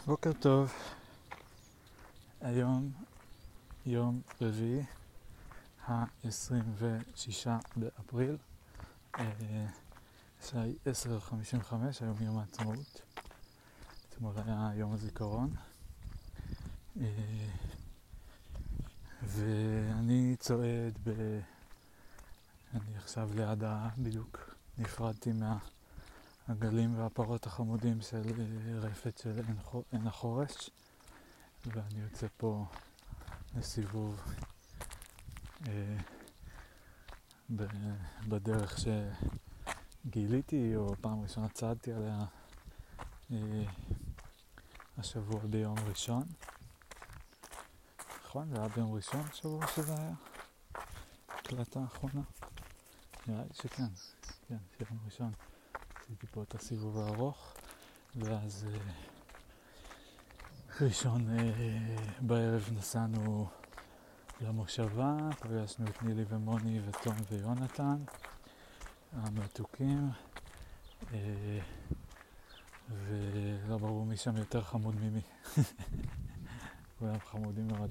בוקר טוב, היום יום רביעי, ה-26 באפריל, שעה 10:55, היום יום העצמאות, אתמול היה יום הזיכרון, ואני צועד אני עכשיו בדיוק נפרדתי מהעגלים והפרות החמודים של רפת של עין החורש, ואני יוצא פה לסיבוב בדרך שגיליתי, או פעם ראשונה צעדתי עליה השבוע ביום ראשון. נכון? זה היה ביום ראשון השבוע שזה היה? הקלטה האחרונה? נראה לי שכן, ביום ראשון עשיתי פה את הסיבוב הארוך, ואז ראשון בערב נסענו למושבה, פגשנו את נילי ומוני ותום ויונתן המתוקים, ולא ברור מי שם יותר חמוד ממי. כולם חמודים מאוד.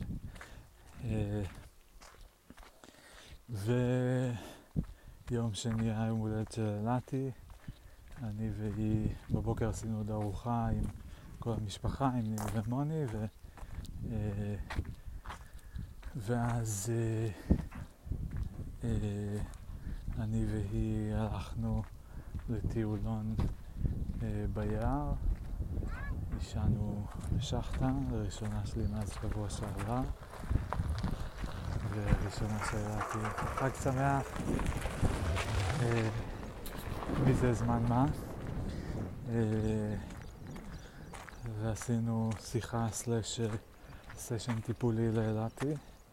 ויום שני היה יום הולדת של אלעתי, אני והיא בבוקר עשינו עוד ארוחה עם כל המשפחה, עם נילי ומוני, ואז אני והיא הלכנו לטיולון ביער, ישנו בשחטה, לראשונה שלי מאז שבוע שעבר, וראשונה שאלתי חג שמח מזה זמן מה, ועשינו שיחה סשן טיפולי לאלעתי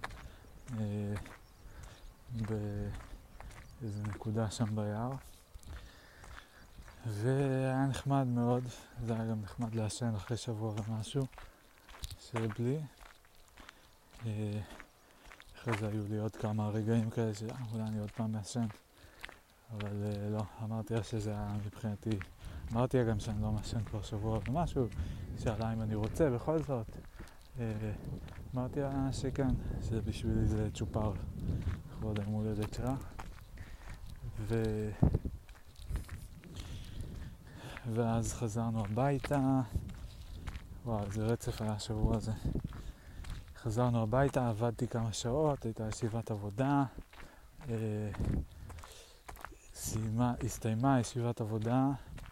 באיזו נקודה שם ביער, והיה נחמד מאוד. זה היה גם נחמד לעשן אחרי שבוע ומשהו שבלי. אחרי זה היו לי עוד כמה רגעים כאלה שאולי אני עוד פעם מעשן, אבל לא, אמרתי לה שזה היה מבחינתי, אמרתי לה גם שאני לא מעשן כבר שבוע ומשהו, שאלה אם אני רוצה בכל זאת, אמרתי לה שכן, שבשבילי זה צ'ופר לכבוד היום הולדת שלה. ואז חזרנו הביתה, וואו, זה רצף היה השבוע הזה. חזרנו הביתה, עבדתי כמה שעות, הייתה ישיבת עבודה, הסתיימה ישיבת עבודה,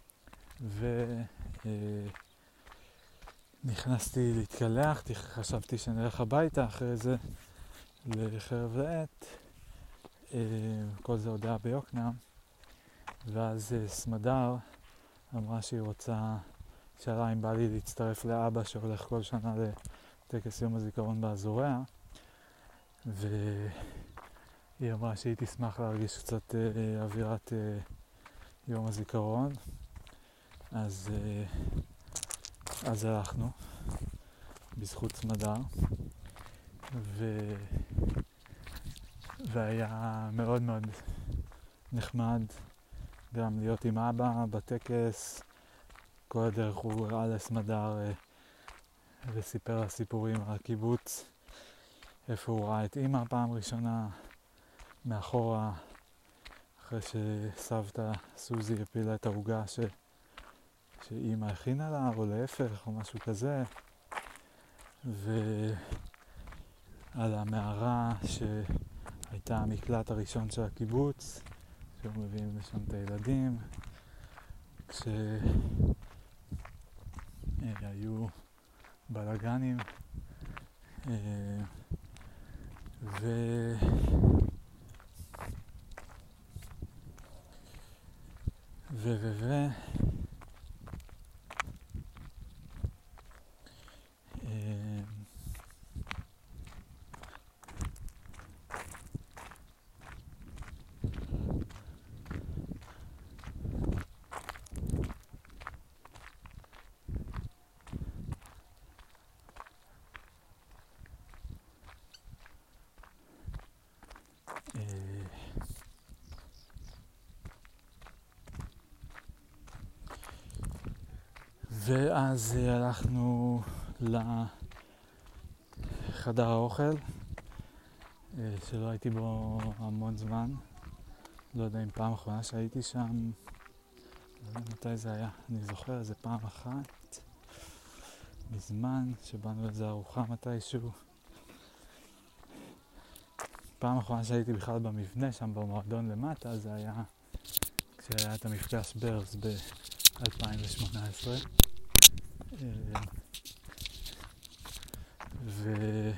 ונכנסתי להתקלח, חשבתי שנלך הביתה אחרי זה לחרב לעת, כל זה עוד היה ביוקנעם, ואז סמדר אמרה שהיא רוצה, שאלה אם בא לי להצטרף לאבא שהולך כל שנה לטקס יום הזיכרון באזוריה, והיא אמרה שהיא תשמח להרגיש קצת אווירת יום הזיכרון, אז הלכנו בזכות סמדר, והיה מאוד מאוד נחמד גם להיות עם אבא בטקס. כל הדרך הוא הראה לסמדר וסיפר לה סיפורים על הקיבוץ, איפה הוא ראה את אמא פעם ראשונה מאחורה, אחרי שסבתא סוזי הפילה את העוגה שאמא הכינה לה, או להפך או משהו כזה, ועל המערה שהייתה המקלט הראשון של הקיבוץ, שהיו מביאים לשם את הילדים כשהיו בלגנים, ואז הלכנו לחדר האוכל, שלא הייתי בו המון זמן. לא יודע אם פעם אחרונה שהייתי שם, לא יודע מתי זה היה. אני זוכר איזה פעם אחת, מזמן, שבאנו איזה ארוחה מתישהו. פעם אחרונה שהייתי בכלל במבנה שם במועדון למטה, זה היה כשהיה את המפגש ברס ב-2018. ואני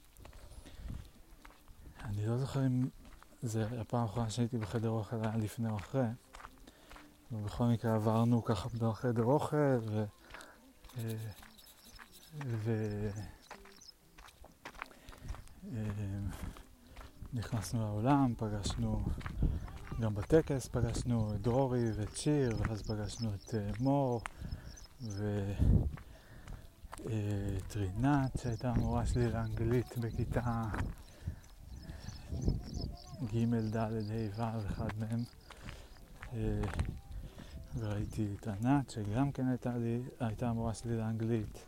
לא זוכר אם זה הפעם האחרונה שהייתי בחדר אוכל היה לפני או אחרי. ובכל מקרה עברנו ככה בחדר אוכל נכנסנו לעולם, פגשנו גם בטקס, פגשנו את דרורי ואת שיר, ואז פגשנו את מור ואת רינת שהייתה המורה שלי לאנגלית בכיתה ג' ד' ה' ו', אחד מהם. וראיתי את ענת שגם כן הייתה המורה שלי לאנגלית,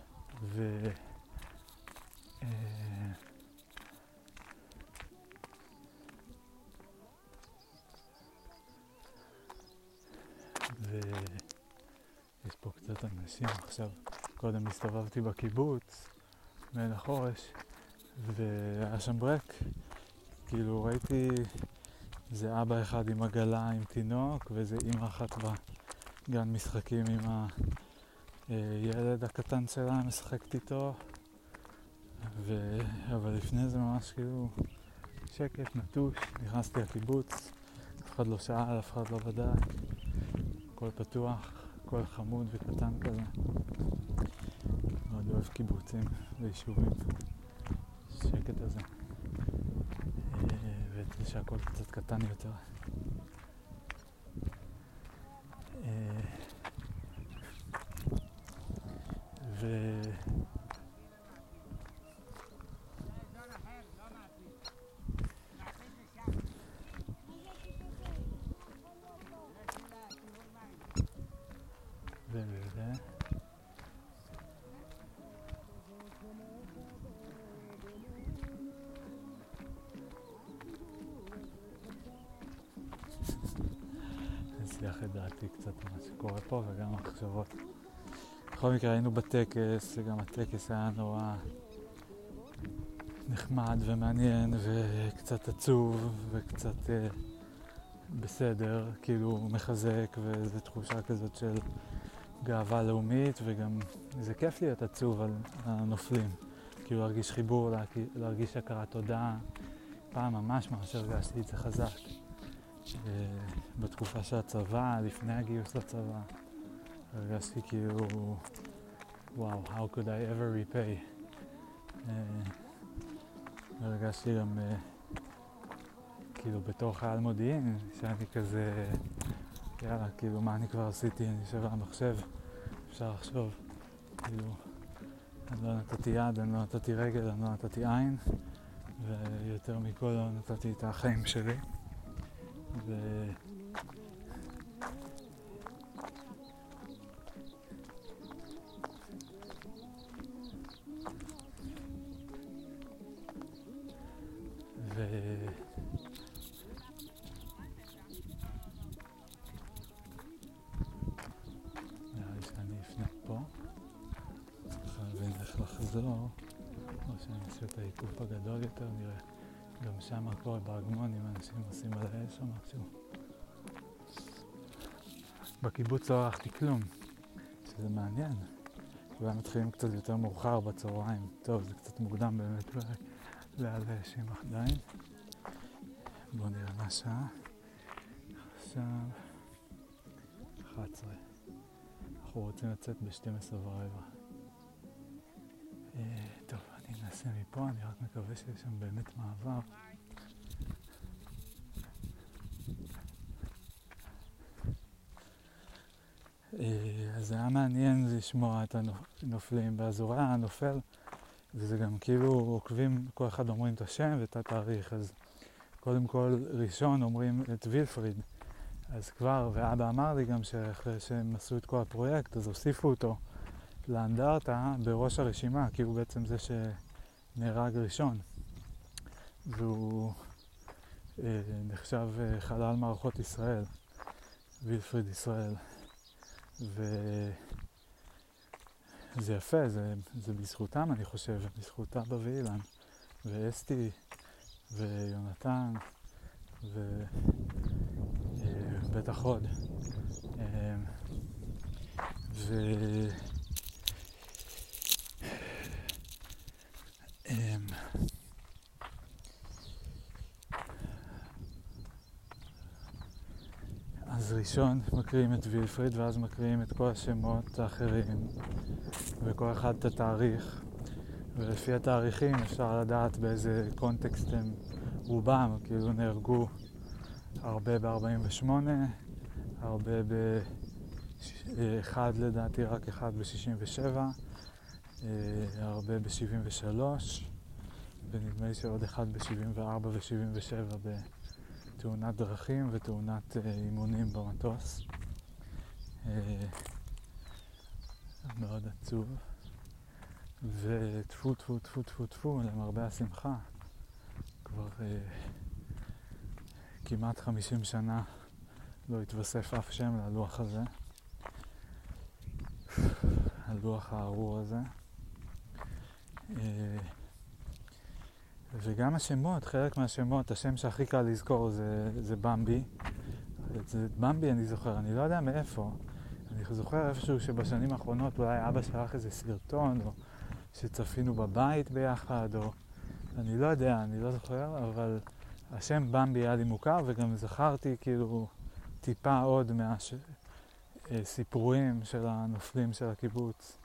ויש פה קצת אנשים עכשיו. קודם הסתובבתי בקיבוץ מעין החורש והיה שם ברק, כאילו ראיתי זה אבא אחד עם עגלה עם תינוק ואיזה אמא אחת בגן משחקים עם הילד הקטן שלה משחקת איתו, אבל לפני זה ממש כאילו שקט, נטוש. נכנסתי לקיבוץ, אף אחד לא שאל, אף אחד לא בדק, הכל פתוח, הכל חמוד וקטן כזה. מאוד אוהב קיבוצים ויישובים, שקט הזה, ושהכל קצת קטן יותר. הצליח את דעתי קצת מה שקורה פה וגם המחשבות. בכל מקרה היינו בטקס, וגם הטקס היה נורא נחמד ומעניין וקצת עצוב וקצת בסדר, כאילו מחזק, וזו תחושה כזאת של גאווה לאומית, וגם זה כיף להיות עצוב על הנופלים, כאילו להרגיש חיבור, להרגיש הכרת תודה. פעם ממש הרגשתי את זה חזק בתקופה של הצבא, לפני הגיוס לצבא. הרגשתי כאילו וואו, how could I ever repay. הרגשתי גם כאילו בתור חייל מודיעין, שאני כזה יאללה, כאילו מה אני כבר עשיתי, אני יושב על המחשב, אפשר לחשוב, כאילו אני לא נתתי יד, אני לא נתתי רגל, אני לא נתתי עין, ויותר מכל לא נתתי את החיים שלי. נראה לי שאני אפנה פה, צריך להבין איך לחזור, או שאני אעשה את העיקוף הגדול יותר, נראה. גם שם מה קורה באגמון, אם אנשים עושים על האש או משהו. בקיבוץ לא ערכתי כלום, שזה מעניין. כולם מתחילים קצת יותר מאוחר בצהריים. טוב, זה קצת מוקדם באמת לעל האש עם עדיין. בואו נראה מה השעה. עכשיו 11. אנחנו רוצים לצאת ב-12:15. טוב, אני אנסה מפה, אני רק מקווה שיש שם באמת מעבר. אז היה מעניין לשמוע את הנופלים באזורי הנופל, וזה גם כאילו עוקבים, כל אחד אומרים את השם ואת התאריך. אז קודם כל ראשון אומרים את וילפריד, אז כבר, ואבא אמר לי גם שאחרי שהם עשו את כל הפרויקט, אז הוסיפו אותו לאנדרטה בראש הרשימה, כי הוא בעצם זה שנהרג ראשון. והוא נחשב חלל מערכות ישראל, וילפריד ישראל. וזה יפה, זה בזכותם אני חושב, בזכות אבא ואילן, ואסתי, ויונתן, ובטח עוד. אז ראשון מקריאים את וילפריד, ואז מקריאים את כל השמות האחרים, וכל אחד את התאריך, ולפי התאריכים אפשר לדעת באיזה קונטקסט הם רובם, כאילו נהרגו הרבה ב-48, הרבה אחד לדעתי, רק אחד ב-67, הרבה ב-73, ונדמה לי שעוד אחד ב-74 ו-77 בתאונת דרכים ותאונת אימונים במטוס. מאוד עצוב. וטפו טפו טפו טפו טפו, למרבה השמחה. כבר כמעט 50 שנה לא התווסף אף שם ללוח הזה. הלוח הארור הזה. וגם השמות, חלק מהשמות, השם שהכי קל לזכור זה במבי. זה במבי אני זוכר, אני לא יודע מאיפה. אני זוכר איפשהו שבשנים האחרונות אולי אבא שלח איזה סרטון, או שצפינו בבית ביחד, או אני לא יודע, אני לא זוכר, אבל השם במבי היה לי מוכר, וגם זכרתי כאילו טיפה עוד מהסיפורים של הנופלים של הקיבוץ.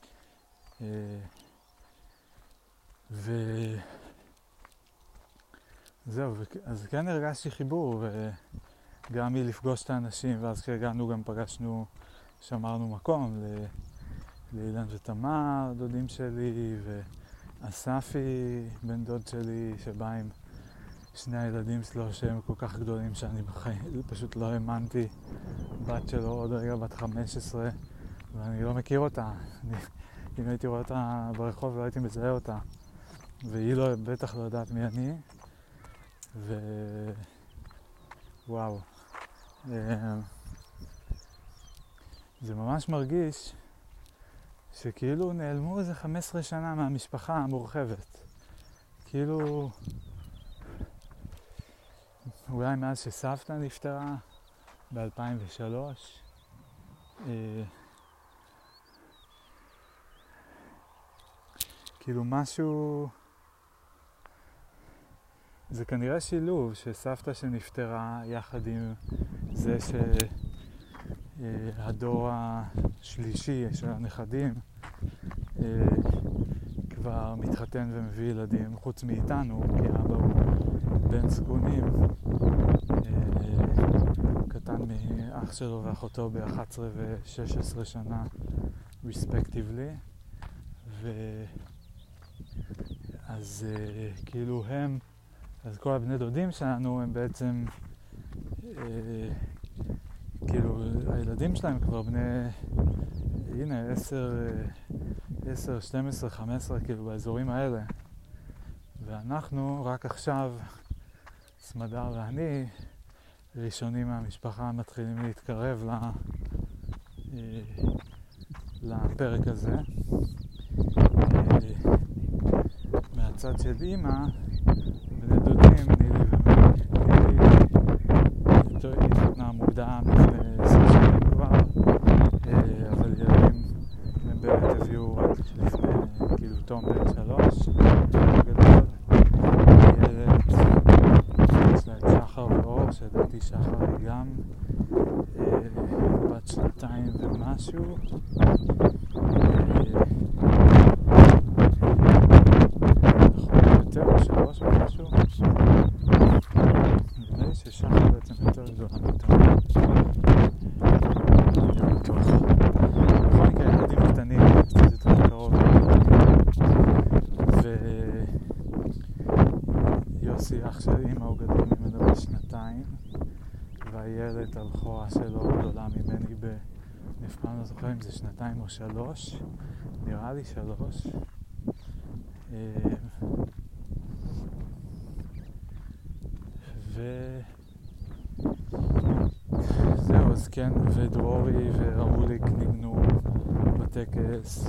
זהו, אז כן הרגשתי חיבור, וגם מלפגוש את האנשים, ואז כשהגענו גם פגשנו, שמרנו מקום לאילן ותמר, דודים שלי, ואספי, בן דוד שלי, שבא עם שני הילדים שלו שהם כל כך גדולים שאני בחיים פשוט לא האמנתי. בת שלו עוד רגע בת 15, ואני לא מכיר אותה. אם הייתי רואה אותה ברחוב לא הייתי מזהה אותה, והיא בטח לא יודעת מי אני. וואו, זה ממש מרגיש שכאילו נעלמו איזה 15 שנה מהמשפחה המורחבת. כאילו אולי מאז שסבתא נפטרה ב-2003, כאילו משהו, זה כנראה שילוב שסבתא שנפטרה יחד עם זה שהדור השלישי של הנכדים כבר מתחתן ומביא ילדים חוץ מאיתנו, כי אבא הוא בן זקונים, קטן מאח שלו ואחותו ב-11 ו-16 שנה respectively. אז כאילו הם, אז כל הבני דודים שלנו הם בעצם כאילו הילדים שלהם כבר בני, הנה 10, 12, 15 כאילו באזורים האלה, ואנחנו רק עכשיו, סמדר ואני, ראשונים מהמשפחה מתחילים להתקרב לפרק הזה. מהצד של אמא, בני דודים, נילי התחתנה מוקדם לפני 20 שנים כבר, אבל ילדים הם באמת הביאו רק לפני, כאילו תום בן 3, גדול. ילד, יש לה את שחר ואור, שדעתי שחר היא גם בת 2 ומשהו. יותר, 3 ומשהו. נדמה לי ששחר בעצם יותר גדולה מאיתנו. לא בטוח. בכל מקרה, ילדים קטנים, קצת יותר קרוב. ויוסי, אח של אמא, הוא גדול ממנו ב2, שהילד הבכורה שלו גדולה ממני אני אף פעם לא זוכר אם זה 2 או 3, נראה לי 3. זהו, אז כן, ודרורי וראוליק ניגנו בטקס,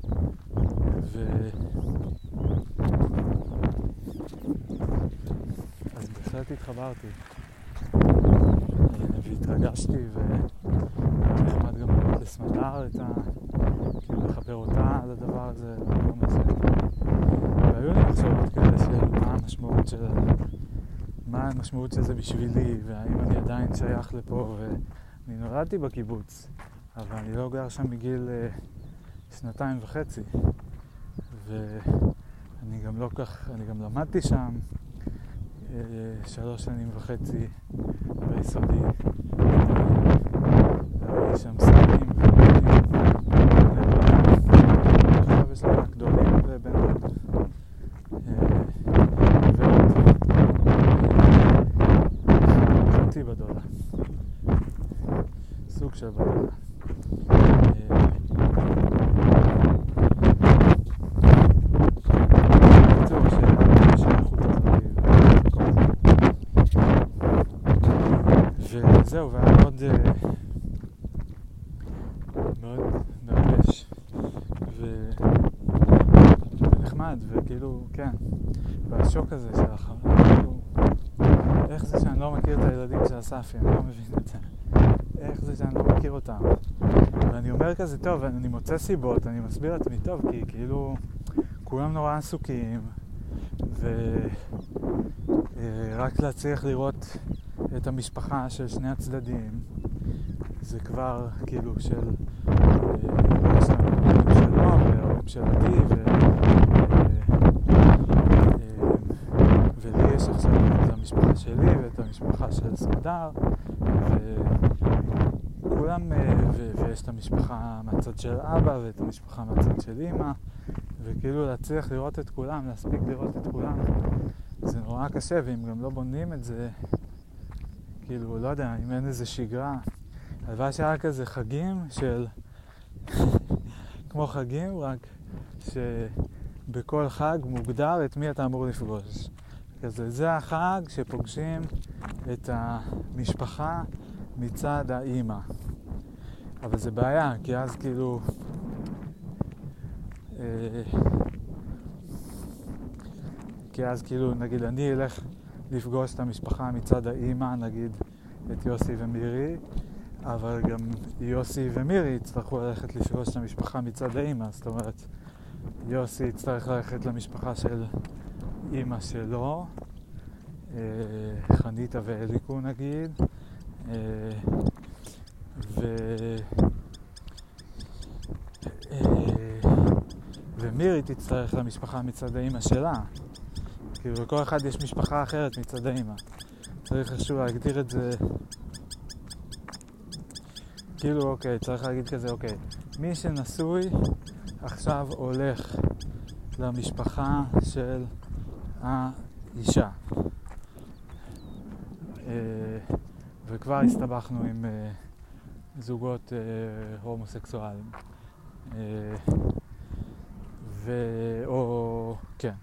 אז בהחלט התחברתי והתרגשתי, ונחמד גם לסמדר כאילו לחבר אותה על הדבר הזה, ביום הזה. והיו לי מחשבות כאלה של מה המשמעות של זה בשבילי, והאם אני עדיין שייך לפה, ואני נולדתי בקיבוץ, אבל אני לא גר שם מגיל 2.5, ואני גם למדתי שם 3.5 שנים ביסודי, והיו שם סבים ובנים, עכשיו יש לי רק גדולים ובן דוד, חצי בדודה, סוג של בדודה. וזהו, והיה מאוד מרגש ונחמד, וכאילו, כן, והשוק הזה שלך, כאילו, איך זה שאני לא מכיר את הילדים של אספי, אני לא מבין את זה. איך זה שאני לא מכיר אותם. ואני אומר כזה, טוב, אני מוצא סיבות, אני מסביר לעצמי טוב, כי כאילו, כולם נורא עסוקים, ורק להצליח לראות את המשפחה של שני הצדדים, זה כבר כאילו של ההורים שלו וההורים של עדי, ולי יש עכשיו את המשפחה שלי ואת המשפחה של סמדר, וכולם, ויש את המשפחה מהצד של אבא ואת המשפחה מהצד של אמא, וכאילו להצליח לראות את כולם, להספיק לראות את כולם, זה נורא קשה, ואם גם לא בונים את זה, כאילו, לא יודע, אם אין איזה שגרה, הלוואי שהיה כזה חגים של כמו חגים, רק שבכל חג מוגדר את מי אתה אמור לפגוש. כזה, זה החג שפוגשים את המשפחה מצד האמא. אבל זה בעיה, כי אז כאילו נגיד אני אלך לפגוש את המשפחה מצד האמא, נגיד את יוסי ומירי, אבל גם יוסי ומירי יצטרכו ללכת לפגוש את המשפחה מצד האמא, זאת אומרת, יוסי יצטרך ללכת למשפחה של אמא שלו, חניתה ואליקו נגיד, ומירי תצטרך למשפחה מצד האמא שלה. כאילו לכל אחד יש משפחה אחרת מצד האמא. צריך איכשהו להגדיר את זה, כאילו אוקיי, צריך להגיד כזה, אוקיי, מי שנשוי עכשיו הולך למשפחה של האישה, וכבר הסתבכנו עם זוגות הומוסקסואליים, או כן,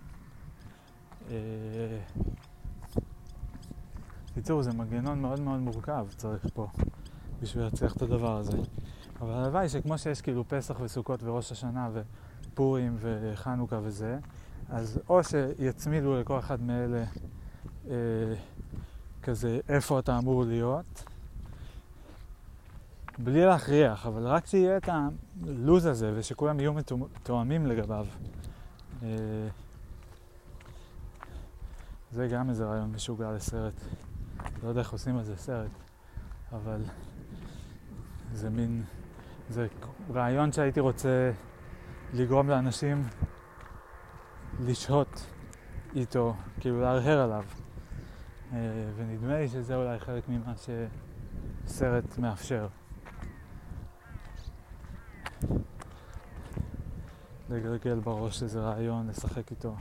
קיצור, זה מנגנון מאוד מאוד מורכב צריך פה בשביל להצליח את הדבר הזה. אבל הלוואי שכמו שיש כאילו פסח וסוכות וראש השנה ופורים וחנוכה וזה, אז או שיצמידו לכל אחד מאלה כזה איפה אתה אמור להיות, בלי להכריח, אבל רק שיהיה את הלוז הזה ושכולם יהיו מתואמים לגביו. זה גם איזה רעיון משוגע לסרט. לא יודע איך עושים על זה סרט, אבל זה רעיון שהייתי רוצה לגרום לאנשים לשהות איתו, כאילו להרהר עליו. ונדמה לי שזה אולי חלק ממה שסרט מאפשר. לגלגל בראש איזה רעיון, לשחק איתו.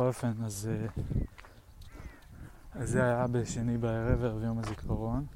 בכל אופן, אז זה היה בשני בערב, ערב יום הזיכרון.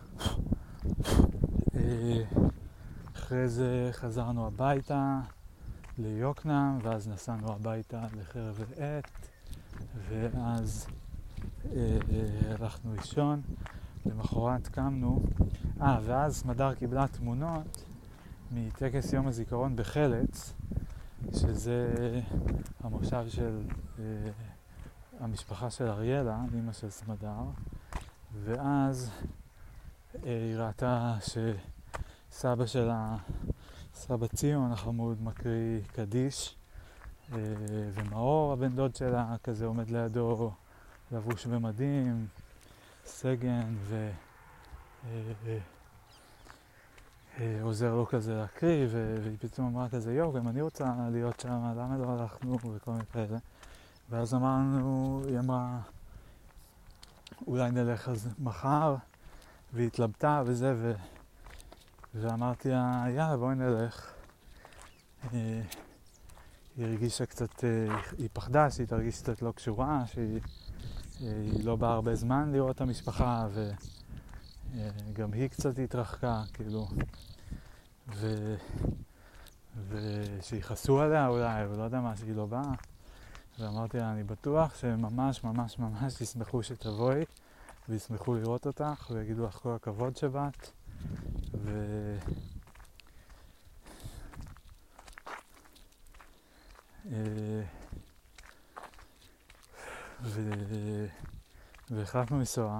אחרי זה חזרנו הביתה ליוקנעם, ואז נסענו הביתה לחרב העט, ואז הלכנו לישון. למחרת קמנו, ואז סמדר קיבלה תמונות מטקס יום הזיכרון בחלץ, שזה המושב של המשפחה של אריאלה, אמא של סמדר, ואז היא ראתה שסבא שלה, סבא ציון החמוד, מקריא קדיש, ומאור הבן דוד שלה כזה עומד לידו לבוש במדים, סגן, עוזר לו כזה להקריא, והיא פתאום אמרה כזה, גם אני רוצה להיות שם, למה לא הלכנו וכל מיני כאלה. ואז היא אמרה, אולי נלך אז מחר, והיא התלבטה וזה, ואמרתי לה, יאללה בואי נלך. היא הרגישה קצת, היא פחדה שהיא תרגיש קצת לא קשורה, שהיא לא באה הרבה זמן לראות את המשפחה, וגם היא קצת התרחקה, כאילו, ושיחסו עליה אולי, ולא יודע מה, שהיא לא באה. ואמרתי לה, אני בטוח שממש ממש ממש ישמחו שתבואי, וישמחו לראות אותך, ויגידו לך כל הכבוד שבאת, והחלטנו לנסוע,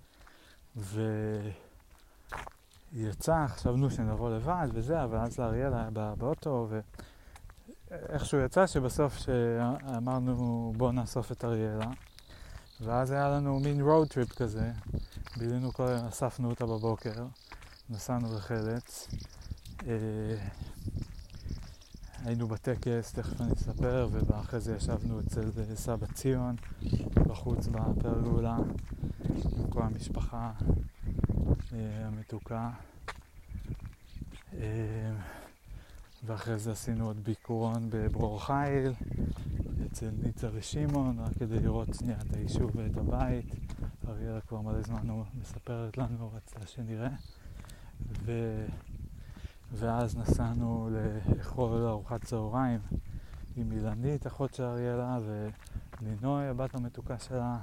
ויצא, חשבנו שנבוא לבד וזה, אבל אז לאריאל היה באוטו, ואיכשהו יצא שבסוף שאמרנו בוא נאסוף את אריאלה, ואז היה לנו מין road trip כזה, בילינו אספנו אותה בבוקר, נסענו לחלץ, היינו בטקס, תכף אני אספר, ואחרי זה ישבנו אצל סבא ציון, בחוץ בפרגולה, עם כל המשפחה המתוקה. ואחרי זה עשינו עוד ביקורון בברור חיל, אצל ניצה ושמעון, רק כדי לראות שנייה את היישוב ואת הבית. אריאלה כבר מלא זמן מספרת לנו, רצתה שנראה. ואז נסענו לאכול ארוחת צהריים עם אילנית, אחות של אריאלה, ולינוי, הבת המתוקה שלה,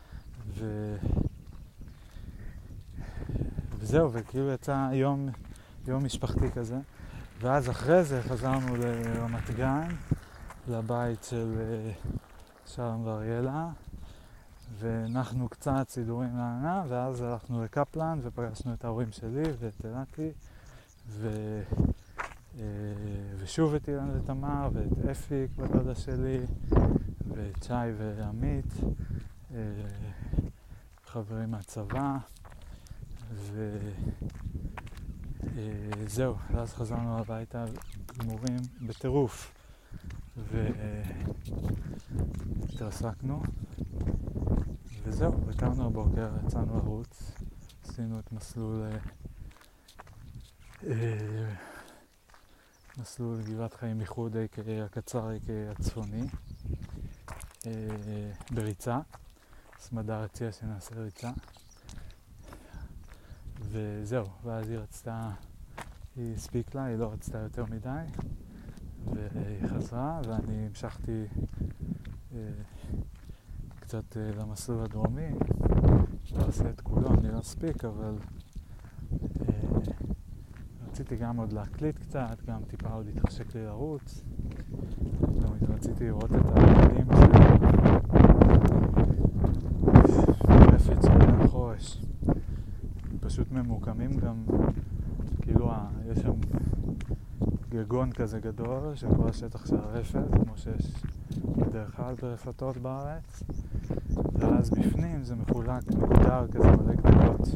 וזהו, וכאילו יצא יום משפחתי כזה. ואז אחרי זה חזרנו לרמת גן, לבית של שלום ואריאלה, ונחנו קצת סידורים לענה, ואז הלכנו לקפלן ופגשנו את ההורים שלי ואת אלתי, ושוב את אילן ותמר, ואת אפיק בדודה שלי, ואת שי ועמית, חברים מהצבא, וזהו, ואז חזרנו הביתה גמורים בטירוף, והתרסקנו, וזהו, וקמנו הבוקר, יצאנו לרוץ, עשינו את מסלול גבעת חיים איחוד, הקצר, הצפוני, בריצה. סמדר הציעה שנעשה ריצה, וזהו, ואז היא הספיק לה, היא לא רצתה יותר מדי, והיא חזרה, ואני המשכתי קצת למסלול הדרומי. לא עושה את כולו, אני לא אספיק, אבל רציתי גם עוד להקליט קצת, גם טיפה עוד התחשק לי לרוץ, גם רציתי לראות את העלים ברפת של החורש. פשוט ממוקמים גם, כאילו יש שם גגון כזה גדול של כל השטח של הרפת, כמו שיש בדרך כלל ברפתות בארץ, ואז בפנים זה מחולק, מגודר כזה מלא גדולות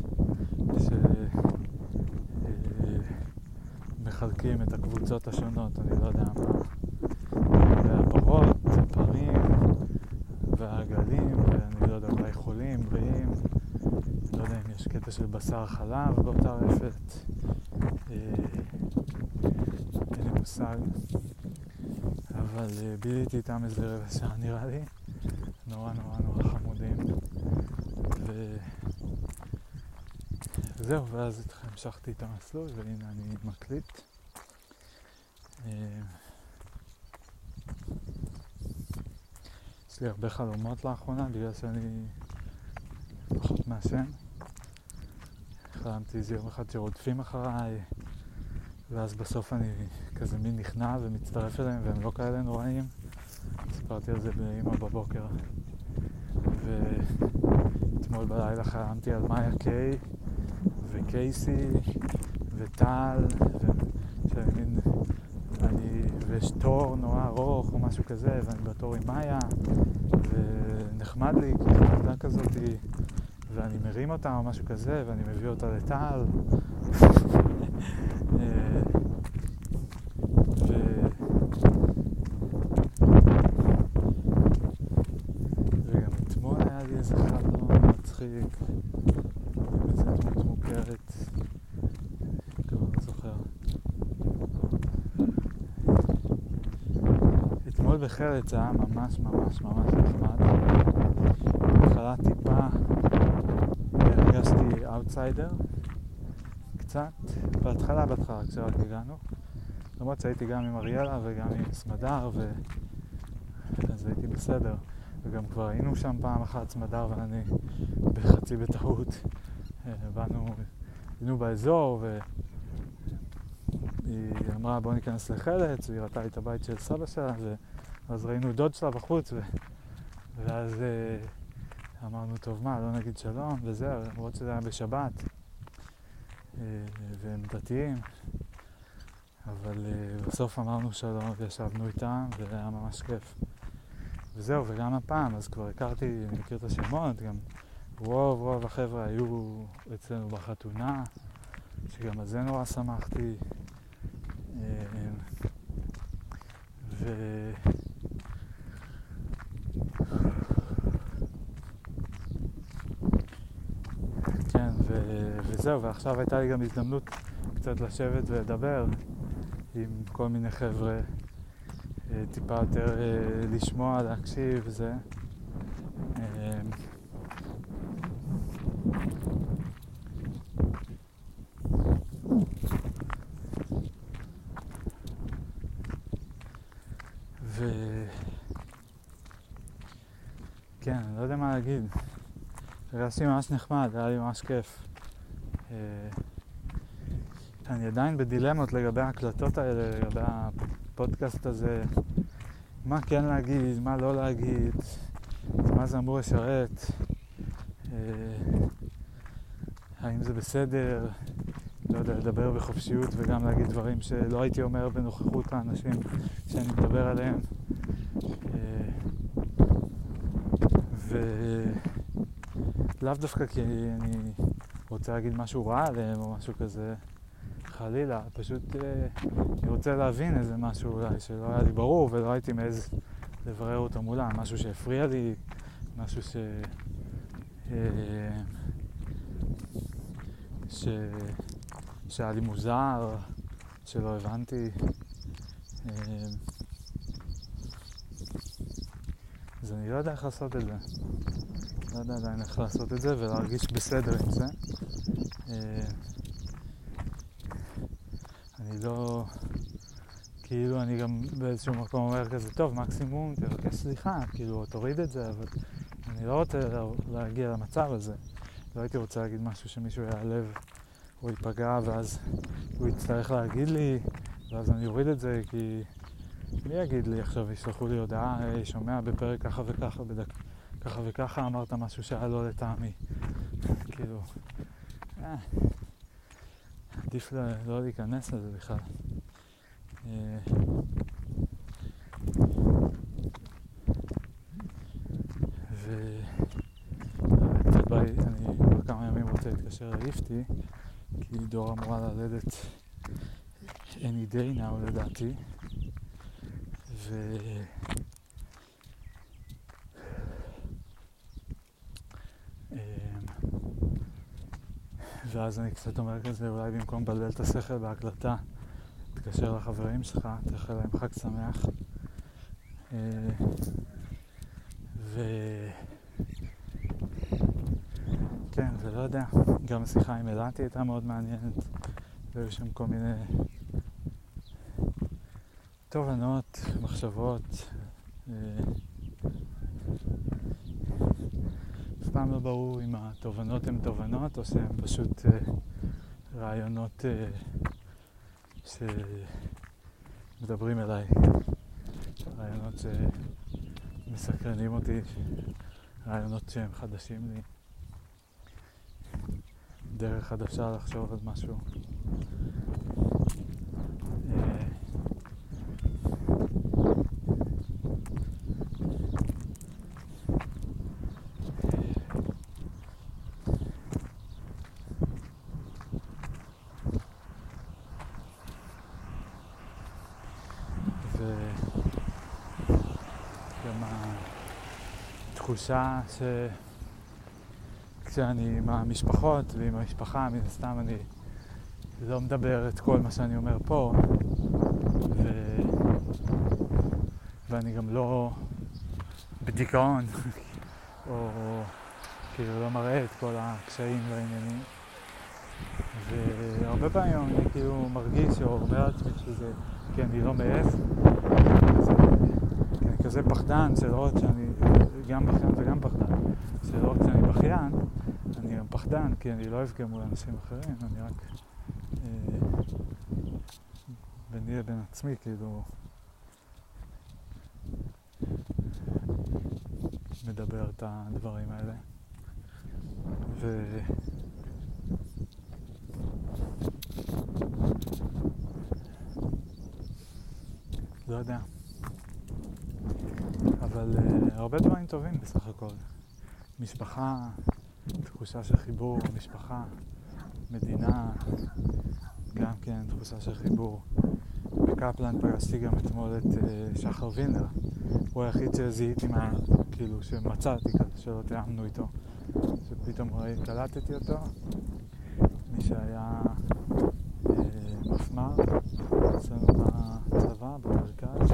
שמחלקים את הקבוצות השונות, אני לא יודע מה, והפרות, הפרים והעגלים, ואני לא יודע, אולי חולים, בריאים, לא יודע אם יש קטע של בשר חלב באותה רפת, אין לי מושג, אבל ביליתי איתם איזה רבע שעה נראה לי, נורא חמודים. וזהו, ואז המשכתי את המסלול, והנה אני מקליט. יש לי הרבה חלומות לאחרונה, בגלל שאני פחות מעשן. חלמתי איזה יום אחד שרודפים אחריי, ואז בסוף אני כזה מין נכנע ומצטרף אליהם, והם לא כאלה נוראים. סיפרתי על זה באמא בבוקר. ואתמול בלילה חלמתי על מאיה קיי וקייסי וטל, ויש תור נורא ארוך או משהו כזה, ואני בתור עם מאיה, ונחמד לי, כי זו עבודה כזאת, ואני מרים אותה או משהו כזה, ואני מביא אותה לטל. וגם אתמול היה לי איזה חלום מצחיק, עם איזה דמות מוכרת, כבר לא זוכר. אתמול בחלץ זה היה ממש נחמד. בהתחלה טיפה הרגשתי אאוטסיידר קצת, בהתחלה כשרק הגענו, למרות שהייתי גם עם אריאלה וגם עם סמדר, אז הייתי בסדר. וגם כבר היינו שם פעם אחת, סמדר ואני, בחצי בטעות. היינו באזור, והיא אמרה בוא ניכנס לחלץ, והיא ראתה את הבית של סבא שלה, ואז ראינו דוד שלה בחוץ, ואז אמרנו טוב מה, לא נגיד שלום וזהו, למרות שזה היה בשבת, והם דתיים, אבל בסוף אמרנו שלום וישבנו איתם, וזה היה ממש כיף. וזהו, וגם הפעם, אז כבר הכרתי, אני מכיר את השמות, גם רוב החבר'ה היו אצלנו בחתונה, שגם על זה נורא שמחתי. כן, וזהו, ועכשיו הייתה לי גם הזדמנות קצת לשבת ולדבר עם כל מיני חבר'ה, טיפה יותר לשמוע, להקשיב וזה. כן, אני לא יודע מה להגיד. הרגשתי ממש נחמד, היה לי ממש כיף. אני עדיין בדילמות לגבי ההקלטות האלה, לגבי הפודקאסט הזה. מה כן להגיד, מה לא להגיד, מה זה אמור לשרת, האם זה בסדר, לא יודע, לדבר בחופשיות וגם להגיד דברים שלא הייתי אומר בנוכחות האנשים שאני מדבר עליהם. ולאו דווקא כי אני רוצה להגיד משהו רע עליהם או משהו כזה, חלילה, פשוט אני רוצה להבין איזה משהו אולי שלא היה לי ברור ולא הייתי מעז לברר אותו מולם, משהו שהפריע לי, משהו שהיה לי מוזר, שלא הבנתי. אז אני לא יודע איך לעשות את זה. לא יודע עדיין איך לעשות את זה ולהרגיש בסדר עם זה. אני לא... כאילו אני גם באיזשהו מקום אומר כזה, טוב, מקסימום תבקש סליחה, כאילו תוריד את זה, אבל אני לא רוצה להגיע למצב הזה. לא הייתי רוצה להגיד משהו שמישהו יעלב או ייפגע, ואז הוא יצטרך להגיד לי, ואז אני אוריד את זה, כי מי יגיד לי עכשיו, ישלחו לי הודעה, שומע בפרק ככה וככה, ככה וככה אמרת משהו שהיה לא לטעמי. כאילו, עדיף לא להיכנס לזה בכלל. אני כבר כמה ימים רוצה להתקשר לאיפתי, כי דור אמורה ללדת any day now לדעתי, ואז אני קצת אומר כזה, אולי במקום לבלבל את השכל בהקלטה, תתקשר לחברים שלך, תאחל להם חג שמח. כן, ולא יודע, גם השיחה עם אלעתי הייתה מאוד מעניינת, והיו שם כל מיני תובנות, מחשבות, אף פעם לא ברור אם התובנות הן תובנות או שהן פשוט רעיונות שמדברים אליי, רעיונות שמסקרנים אותי, רעיונות שהם חדשים לי, דרך חדשה לחשוב על משהו. וגם התחושה כשאני עם המשפחות ועם המשפחה, מן הסתם אני לא מדבר את כל מה שאני אומר פה, ואני גם לא בדיכאון או כאילו לא מראה את כל הקשיים והעניינים, והרבה פעמים אני כאילו מרגיש או אומר לעצמי שזה כי אני לא מעז, כי אני כזה פחדן שלא רק שאני גם בכיין וגם פחדן, שלא רק שאני בכיין, אני גם פחדן כי אני לא אוהב כמו לאנשים אחרים, אני רק ביני לבין עצמי כאילו מדבר את הדברים האלה. לא יודע, אבל הרבה דברים טובים בסך הכל. משפחה, תחושה של חיבור, משפחה, מדינה, גם כן תחושה של חיבור. בקפלן פגשתי גם אתמול את שחר וילנר, הוא היחיד שזיהיתי כאילו שמצאתי כזה, שלא תיאמנו איתו, שפתאום קלטתי אותו, מי שהיה מפמ"ר אצלנו בצבא, במרכז,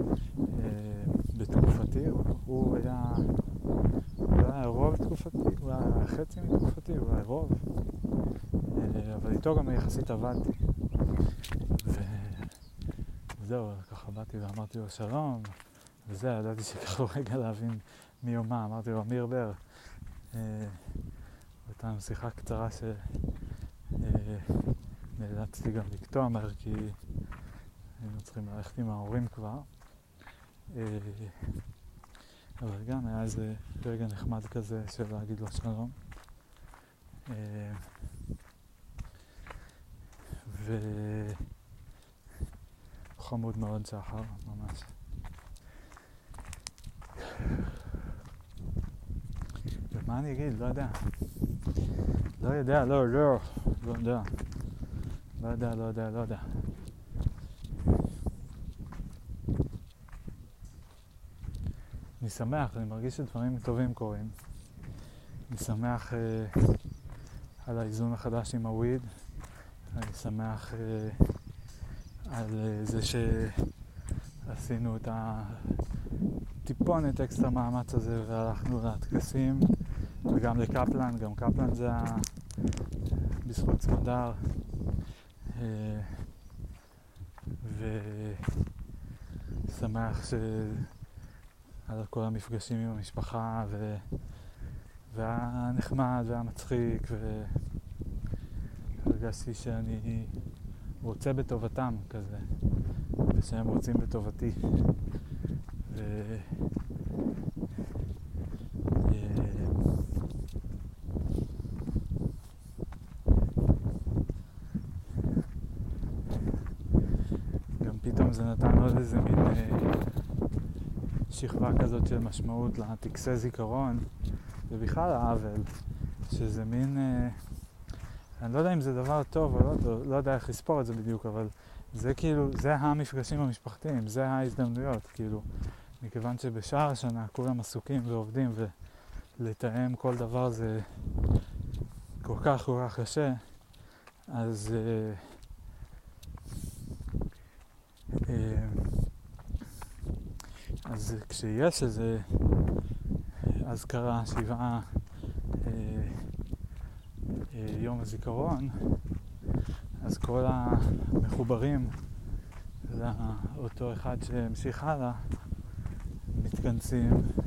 בתקופתי, הוא היה רוב תקופתי, הוא היה חצי מתקופתי, הוא היה רוב, אבל איתו גם יחסית עבדתי. וזהו, ככה באתי ואמרתי לו שלום, וזה, ידעתי שככה רגע להבין מי או מה, אמרתי לו אמיר בר. הייתה לנו שיחה קצרה שנאלצתי גם לקטוע מהר כי היינו צריכים ללכת עם ההורים כבר, אבל גם היה איזה רגע נחמד כזה של להגיד לו שלום, וחמוד מאוד שחר, ממש. ומה אני אגיד? לא יודע. לא יודע. אני שמח, אני מרגיש שדברים טובים קורים. אני שמח על האיזון החדש עם הוויד. אני שמח על זה שעשינו את הטיפונת אקסטרה מאמץ הזה והלכנו לטקסים וגם לקפלן, גם קפלן זה בזכות סמדר, ושמח על כל המפגשים עם המשפחה והנחמד והמצחיק, והרגשתי שאני רוצה בטובתם כזה ושהם רוצים בטובתי, גם פתאום זה נתן עוד איזה מין שכבה כזאת של משמעות לטקסי זיכרון ובכלל העוול, שזה מין אני לא יודע אם זה דבר טוב או לא יודע איך לספור את זה בדיוק, אבל זה כאילו, זה המפגשים המשפחתיים, זה ההזדמנויות, כאילו, מכיוון שבשאר השנה כולם עסוקים ועובדים ולתאם כל דבר זה כל כך קשה, אז כשיש איזה אזכרה, שבעה, יום הזיכרון, אז כל המחוברים לאותו אחד שהמשיך הלאה מתכנסים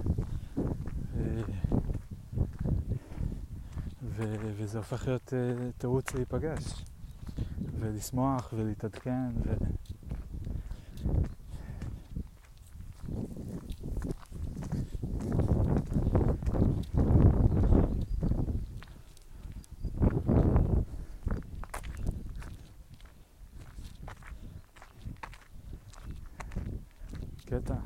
וזה הופך להיות תירוץ להיפגש ולשמוח ולהתעדכן קטע.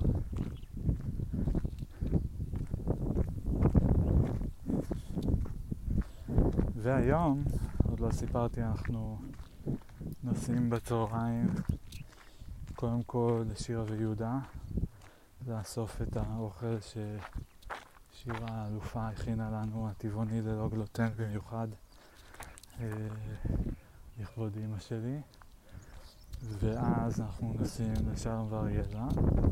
והיום, עוד לא סיפרתי, אנחנו נוסעים בצהריים קודם כל לשירה ויהודה לאסוף את האוכל ששירה האלופה הכינה לנו, הטבעוני ללא גלוטן במיוחד לכבוד אמא שלי, ואז אנחנו נוסעים לשלום ואריאלה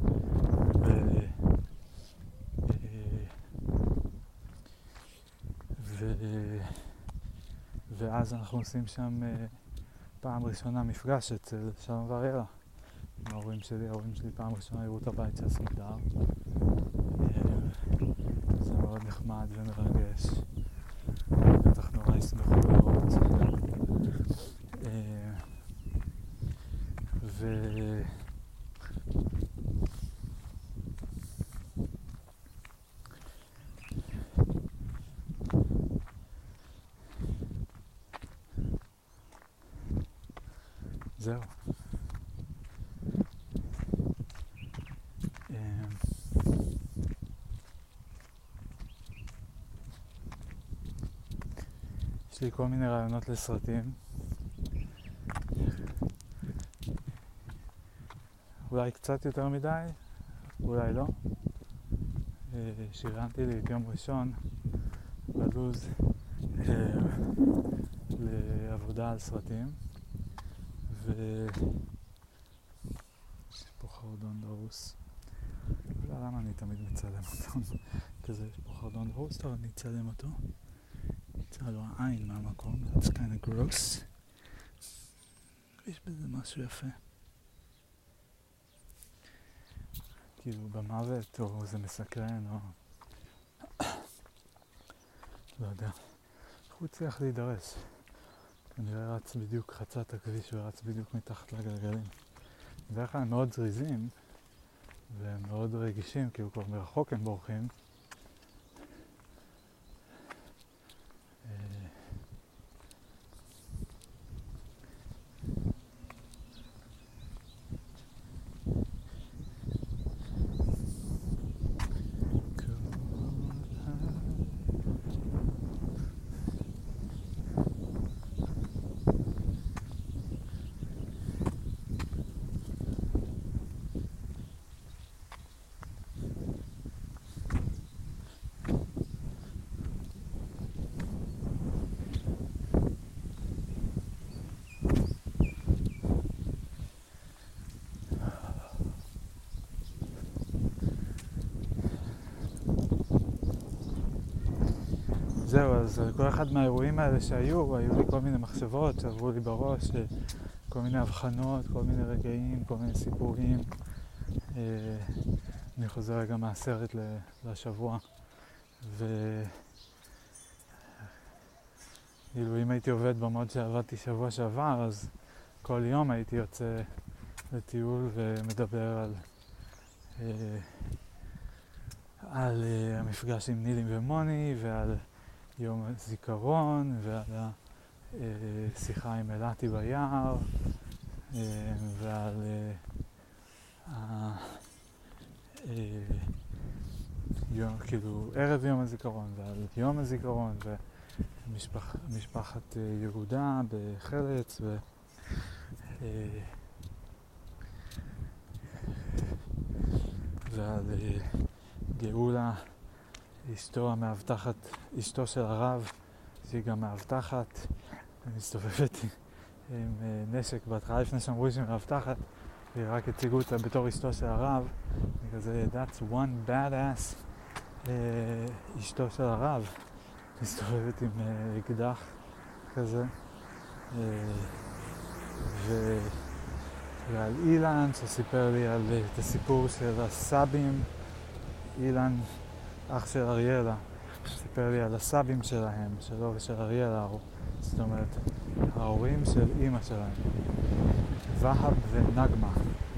ואז אנחנו עושים שם פעם ראשונה מפגש אצל שלום ואריאלה עם ההורים שלי. ההורים שלי פעם ראשונה הראו את הבית של סמדר. זה מאוד נחמד ומרגש, בטח נורא ישמחו לראות. זהו. יש לי כל מיני רעיונות לסרטים. אולי קצת יותר מדי, אולי לא. שריינתי לי את יום ראשון בלוז לעבודה על סרטים. יש פה חרדון דרוס. לא יודע למה אני תמיד מצלם אותו. כזה יש פה חרדון דרוס, אבל אני אצלם אותו. יצא לו העין מהמקום, that's kind of gross. יש בזה משהו יפה. כאילו במוות, או זה מסקרן, או... לא יודע. איך הוא הצליח להידרס? כנראה רץ בדיוק, חצה את הכביש ורץ בדיוק מתחת לגלגלים. בדרך כלל הם מאוד זריזים והם מאוד רגישים, כאילו כבר מרחוק הם בורחים. זהו, אז כל אחד מהאירועים האלה שהיו, היו לי כל מיני מחשבות שעברו לי בראש, כל מיני הבחנות, כל מיני רגעים, כל מיני סיפורים. אני חוזר רגע מהסרט לשבוע, כאילו אם הייתי עובד במוד שעבדתי שבוע שעבר, אז כל יום הייתי יוצא לטיול ומדבר על המפגש עם נילים ומוני ועל יום הזיכרון ועל השיחה עם אלעתי ביער ועל כאילו ערב יום הזיכרון ועל יום הזיכרון ומשפחת יהודה בחלץ ועל גאולה, אשתו המאבטחת, אשתו של הרב, שהיא גם מאבטחת, מסתובבת עם נשק. בהתחלה לפני שאמרו שהיא מאבטחת, רק הציגו אותה בתור אשתו של הרב, וכזה, that's one badass, אשתו של הרב, מסתובבת עם אקדח כזה. ועל אילן שסיפר לי את הסיפור של הסבים. אילן, אח של אריאלה, סיפר לי על הסבים שלהם, שלו ושל אריאלה, זאת אומרת, ההורים של אמא שלהם, והב ונגמה.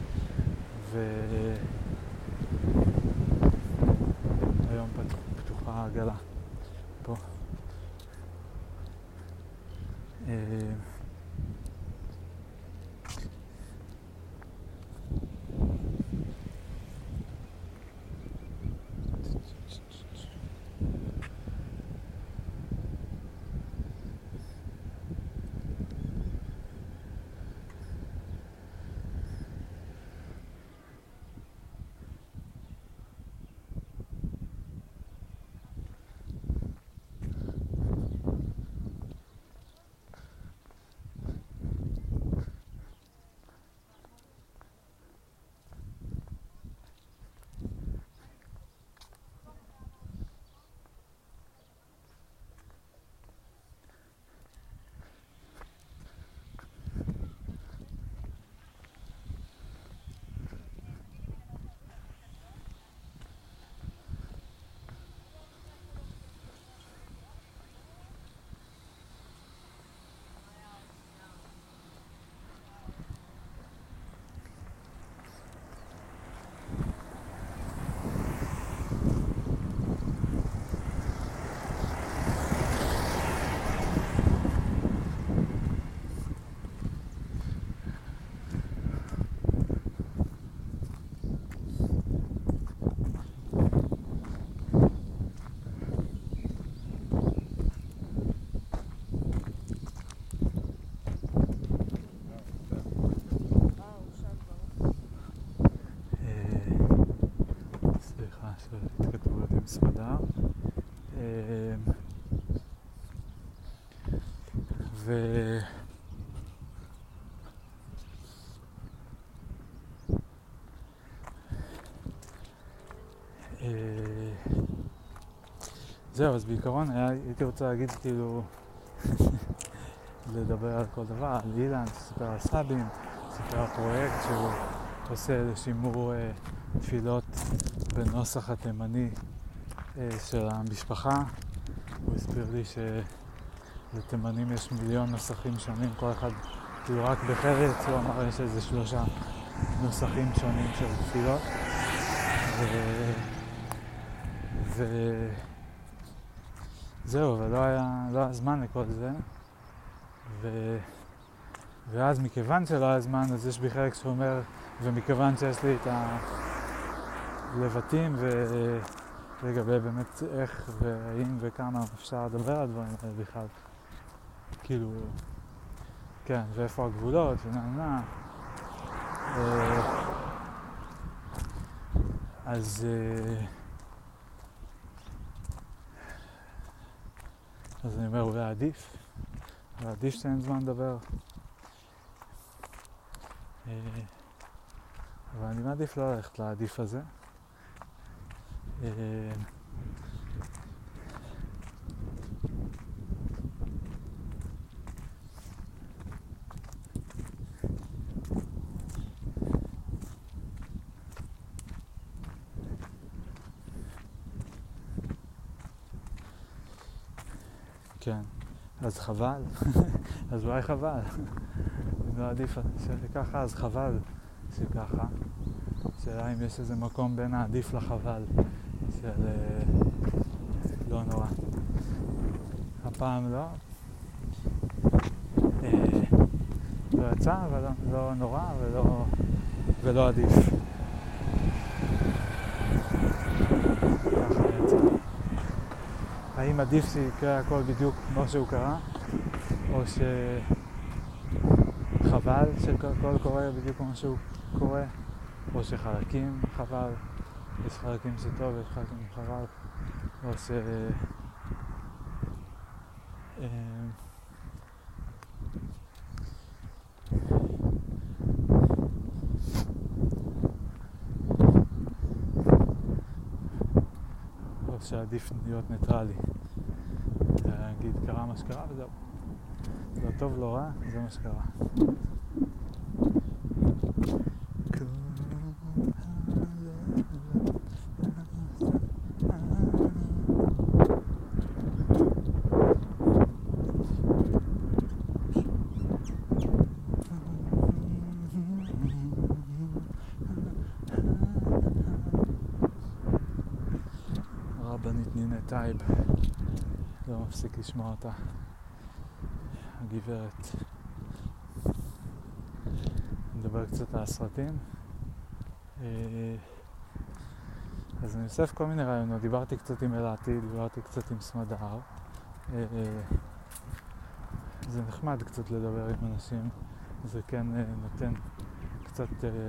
היום פתוחה העגלה פה. התכתבויות עם סמדר. זהו, אז בעיקרון הייתי רוצה להגיד כאילו לדבר על כל דבר, על אילן, סיפר על סבים, סיפר על פרויקט שהוא עושה לשימור תפילות בנוסח התימני של המשפחה. הוא הסביר לי שלתימנים יש מיליון נוסחים שונים, כל אחד, כאילו רק בחרץ הוא אמר יש איזה 3 נוסחים שונים של תפילות. זהו, ולא היה זמן לכל זה. ואז מכיוון שלא היה זמן, אז יש בי חלק שאומר, ומכיוון שיש לי את הלבטים ולגבי באמת איך והאם וכמה אפשר לדבר על דברים האלה בכלל, כאילו, כן, ואיפה הגבולות ונענה. אז אני אומר, אולי עדיף שאין זמן לדבר. אבל אני מעדיף לא ללכת לעדיף הזה. כן, אז חבל, אז אולי חבל. אם לא עדיף שככה, אז חבל שככה. שאלה אם יש איזה מקום בין העדיף לחבל של לא נורא. הפעם לא. לא יצא, אבל לא נורא ולא עדיף. ככה יצא. האם עדיף שיקרה הכל בדיוק כמו שהוא קרה, או שחבל שהכל קורה בדיוק כמו שהוא קורה, או שחלקים חבל, יש חלקים שטוב ויש חלקים חבל, או ש... או שעדיף להיות ניטרלי. נגיד קרה מה שקרה וזהו. לא טוב, לא רע, זה מה שקרה. הרבנית נינה טייב, לא מפסיק לשמוע אותה, הגברת. נדבר קצת על הסרטים. אז אני אוסף כל מיני רעיונות, דיברתי קצת עם אלעתי, דיברתי קצת עם סמדר. זה נחמד קצת לדבר עם אנשים, זה כן נותן קצת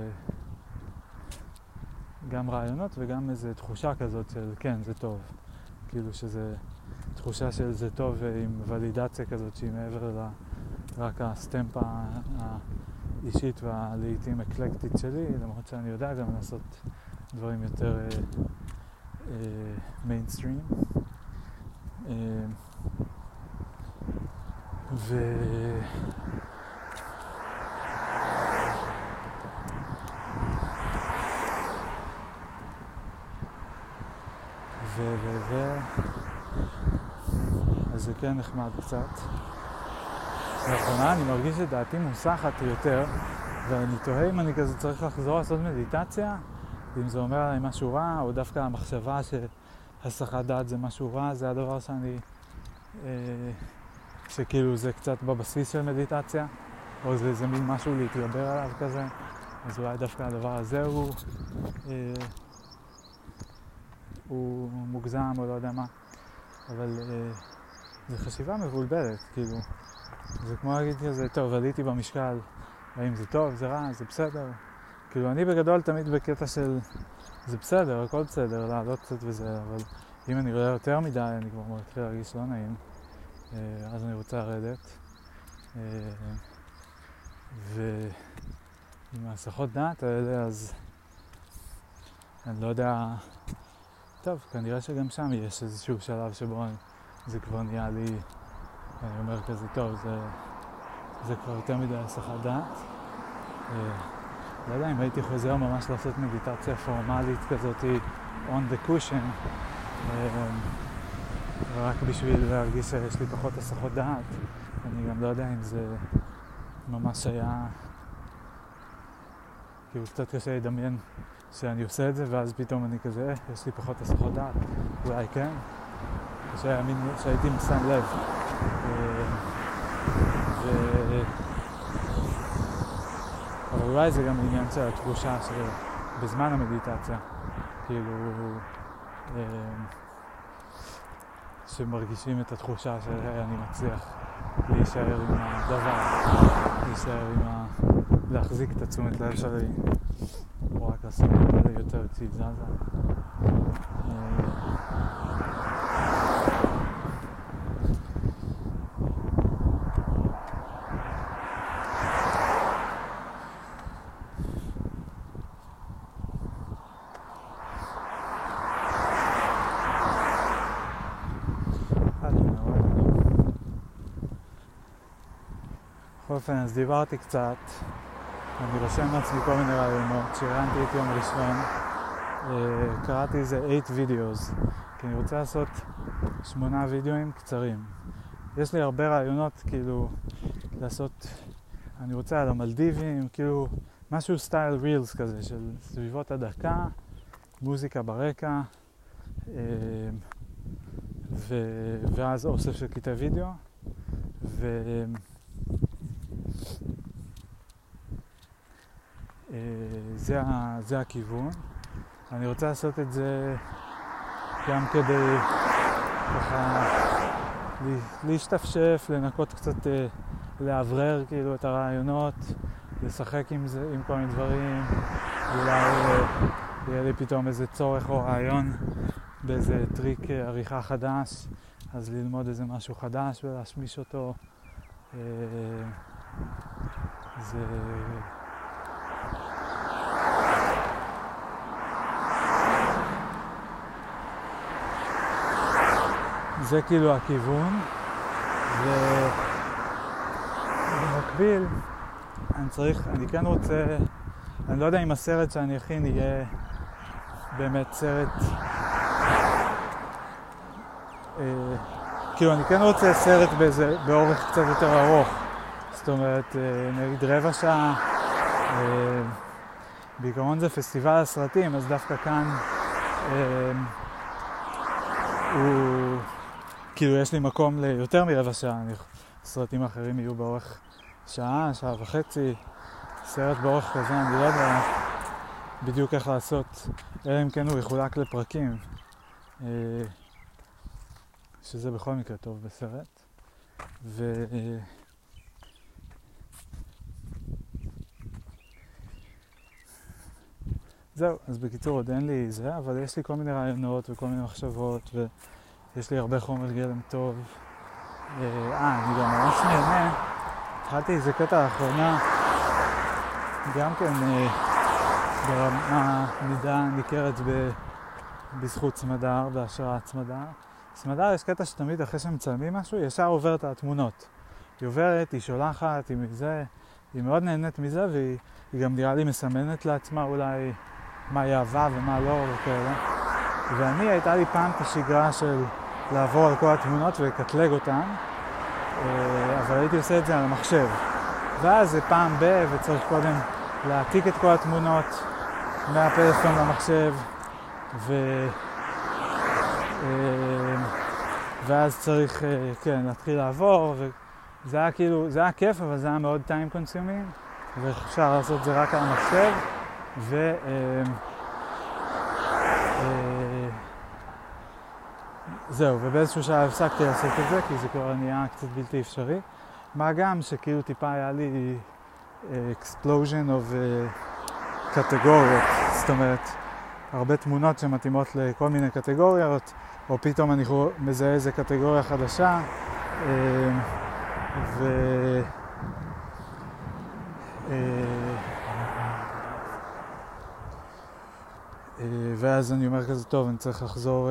גם רעיונות וגם איזו תחושה כזאת של כן, זה טוב. כאילו שזה תחושה של זה טוב עם ולידציה כזאת שהיא מעבר רק הסטמפה האישית והלעיתים אקלקטית שלי, למרות שאני יודע גם לעשות דברים יותר מיינסטרים. אז זה כן נחמד קצת. לאחרונה אני מרגיש שדעתי מוסחת יותר, ואני תוהה אם אני כזה צריך לחזור לעשות מדיטציה, אם זה אומר עליי משהו רע, או דווקא המחשבה שהסחת דעת זה משהו רע, זה הדבר שאני, שכאילו זה קצת בבסיס של מדיטציה, או זה מין משהו להתגבר עליו כזה, אז אולי דווקא הדבר הזה הוא מוגזם או לא יודע מה, אבל זו חשיבה מבולבלת, כאילו, זה כמו להגיד כזה, טוב, עליתי במשקל, האם זה טוב, זה רע, זה בסדר, כאילו אני בגדול תמיד בקטע של זה בסדר, הכל בסדר, לעלות קצת וזה, אבל אם אני רואה יותר מדי, אני כבר מתחיל להרגיש לא נעים, אז אני רוצה לרדת, ועם ההסחות דעת האלה, אז אני לא יודע, טוב, כנראה שגם שם יש איזשהו שלב שבו זה כבר נהיה לי, אני אומר כזה, טוב, זה כבר יותר מדי הסחת דעת. לא יודע אם הייתי חוזר ממש לעשות מדיטציה פורמלית כזאת on the cushion, ורק בשביל להרגיש שיש לי פחות הסחות דעת. אני גם לא יודע אם זה ממש היה, כאילו קצת קשה לדמיין שאני עושה את זה, ואז פתאום אני כזה, יש לי פחות הסחות דעת. אולי כן, שהייתי שם לב. אבל אולי זה גם עניין של התחושה שבזמן המדיטציה, כאילו, שמרגישים את התחושה שאני מצליח להישאר עם הדבר, להחזיק את התשומת לב שלי, או רק לעשות את זה יותר כשהיא זזה. בכל אופן, אז דיברתי קצת, אני רושם לעצמי כל מיני רעיונות, שהרנתי את יום ראשון, קראתי איזה 8 videos, כי אני רוצה לעשות 8 וידאוים קצרים. יש לי הרבה רעיונות, כאילו, לעשות, אני רוצה על המלדיבים, כאילו, משהו סטייל רילס כזה, של סביבות הדקה, מוזיקה ברקע, ואז אוסף של קטעי וידאו, זה הכיוון. אני רוצה לעשות את זה גם כדי ככה להשתפשף, לנקות קצת, לעברר כאילו את הרעיונות, לשחק עם זה, עם כל מיני דברים, אולי יהיה לי פתאום איזה צורך או רעיון באיזה טריק עריכה חדש, אז ללמוד איזה משהו חדש ולהשמיש אותו. זה כאילו הכיוון, במקביל, אני כן רוצה, אני לא יודע אם הסרט שאני אכין יהיה באמת סרט, כאילו אני כן רוצה סרט באורך קצת יותר ארוך, זאת אומרת, נגיד רבע שעה, בעיקרון זה פסטיבל הסרטים, אז דווקא כאן כאילו יש לי מקום ליותר מרבע שעה, סרטים אחרים יהיו באורך שעה, שעה וחצי, סרט באורך כזה, אני לא יודע בדיוק איך לעשות, אלא אם כן הוא יחולק לפרקים, שזה בכל מקרה טוב בסרט. זהו, אז בקיצור עוד אין לי זה, אבל יש לי כל מיני רעיונות וכל מיני מחשבות, ויש לי הרבה חומר גלם טוב. אני גם ממש נהנה, התחלתי איזה קטע האחרונה, גם כן ברמה מידה ניכרת בזכות סמדר, בהשראת סמדר. סמדר יש קטע שתמיד אחרי שמצלמים משהו, ישר עוברת התמונות. היא עוברת, היא שולחת, היא מזה, היא מאוד נהנית מזה, והיא גם נראה לי מסמנת לעצמה אולי מה היא אהבה ומה לא וכאלה. ואני הייתה לי פעם את השגרה של לעבור על כל התמונות ולקטלג אותן, אבל הייתי עושה את זה על המחשב. ואז זה פעם וצריך קודם להעתיק את כל התמונות מהפלאפון למחשב, ואז צריך להתחיל לעבור, וזה היה כאילו, זה היה כיף, אבל זה היה מאוד time consuming, ואפשר לעשות את זה רק על המחשב, זהו, ובאיזשהו שעה הפסקתי לעשות את זה, כי זה כבר נהיה קצת בלתי אפשרי. מה גם שכאילו טיפה היה לי explosion of קטגוריות, זאת אומרת, הרבה תמונות שמתאימות לכל מיני קטגוריות, או פתאום אני מזהה איזה קטגוריה חדשה, ואז אני אומר כזה, טוב, אני צריך לחזור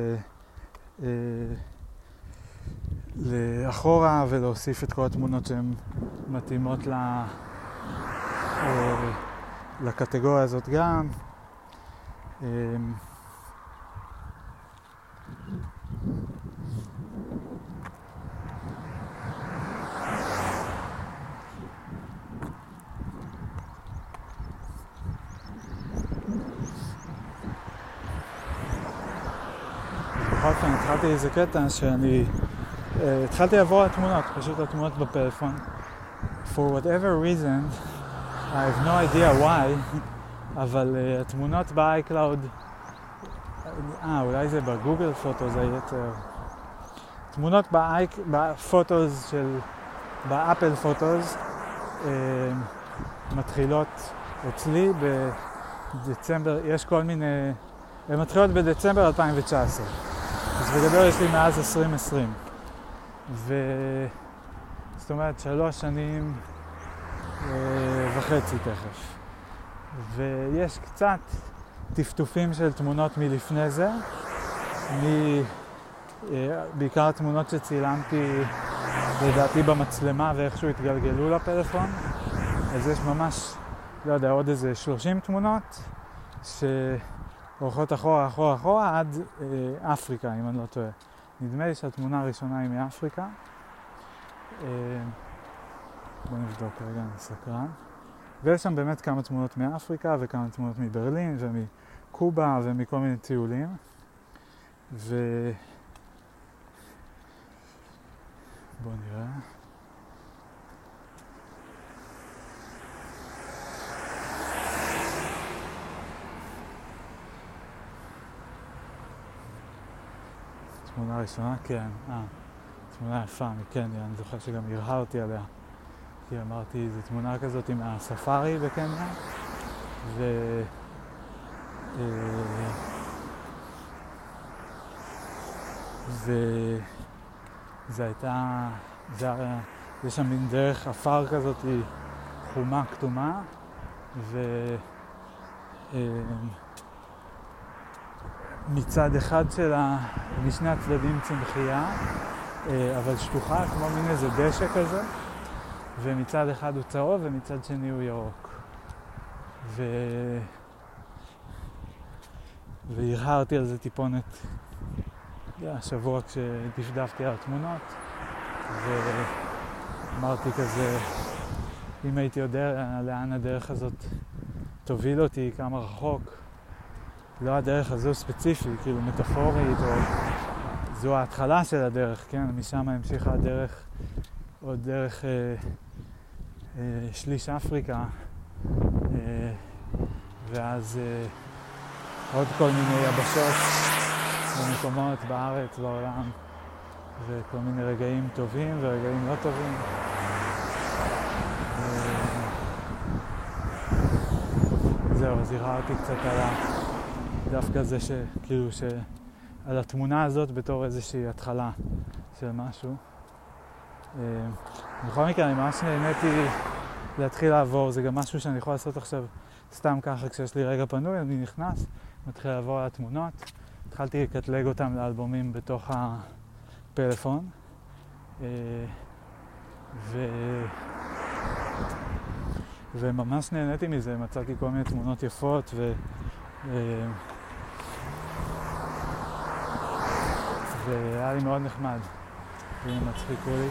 לאחורה ולהוסיף את כל התמונות שהן מתאימות לקטגוריה הזאת גם. בכל אופן, התחלתי איזה קטע שאני התחלתי לעבור על התמונות, פשוט התמונות בפלאפון. For whatever reason, I have no idea why, אבל התמונות ב-iCloud, אולי זה בגוגל פוטוס היתר. תמונות בפוטוס באפל פוטוס מתחילות אצלי בדצמבר, יש כל מיני, הן מתחילות בדצמבר 2019. אז בגדול יש לי מאז 2020. זאת אומרת 3 שנים וחצי תכף. ויש קצת טפטופים של תמונות מלפני זה, בעיקר תמונות שצילמתי לדעתי במצלמה ואיכשהו התגלגלו לפלאפון. אז יש ממש, לא יודע, עוד איזה 30 תמונות שהולכות אחורה עד אפריקה, אם אני לא טועה. נדמה לי שהתמונה הראשונה היא מאפריקה. בוא נבדוק רגע, אני סקרן. ויש שם באמת כמה תמונות מאפריקה וכמה תמונות מברלין ומקובה ומכל מיני טיולים. בוא נראה. תמונה ראשונה, כן. תמונה יפה מקניה, אני זוכר שגם הרהרתי עליה. כי אמרתי, זו תמונה כזאת מהספארי בקניה. זה הייתה, יש שם מין דרך אפר כזאת, חומה כתומה, מצד אחד שלה, משני הצדדים צמחייה, אבל שטוחה כמו מין איזה דשא כזה, ומצד אחד הוא צהוב ומצד שני הוא ירוק. והרהרתי על זה טיפונת השבוע כשדפדפתי על התמונות, ואמרתי כזה, אם הייתי יודע לאן הדרך הזאת תוביל אותי, כמה רחוק, לא הדרך הזו ספציפית, כאילו מטאפורית, או זו ההתחלה של הדרך, כן? משם המשיכה הדרך, עוד דרך שליש אפריקה, ואז עוד כל מיני יבשות ומקומות בארץ, בעולם, וכל מיני רגעים טובים ורגעים לא טובים. זהו, אז הרהרתי קצת על דווקא זה שכאילו על התמונה הזאת בתור איזושהי התחלה של משהו. בכל מקרה, אני ממש נהניתי להתחיל לעבור, זה גם משהו שאני יכול לעשות עכשיו סתם ככה כשיש לי רגע פנוי, אני נכנס, מתחיל לעבור על התמונות, התחלתי לקטלג אותם לאלבומים בתוך הפלאפון, וממש נהניתי מזה, מצאתי כל מיני תמונות יפות והיה לי מאוד נחמד, והנה מצחיקו לי.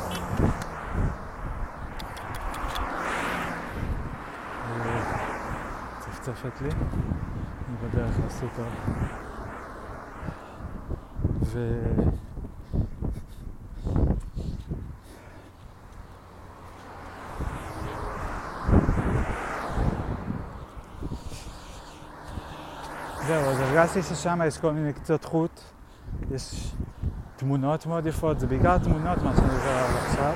צפצפת לי, אני בדרך לסופר. זהו, אז הרגשתי ששם יש כל מיני קצות חוט, יש תמונות מאוד יפות, זה בעיקר תמונות מה שאני עובר עליו עכשיו.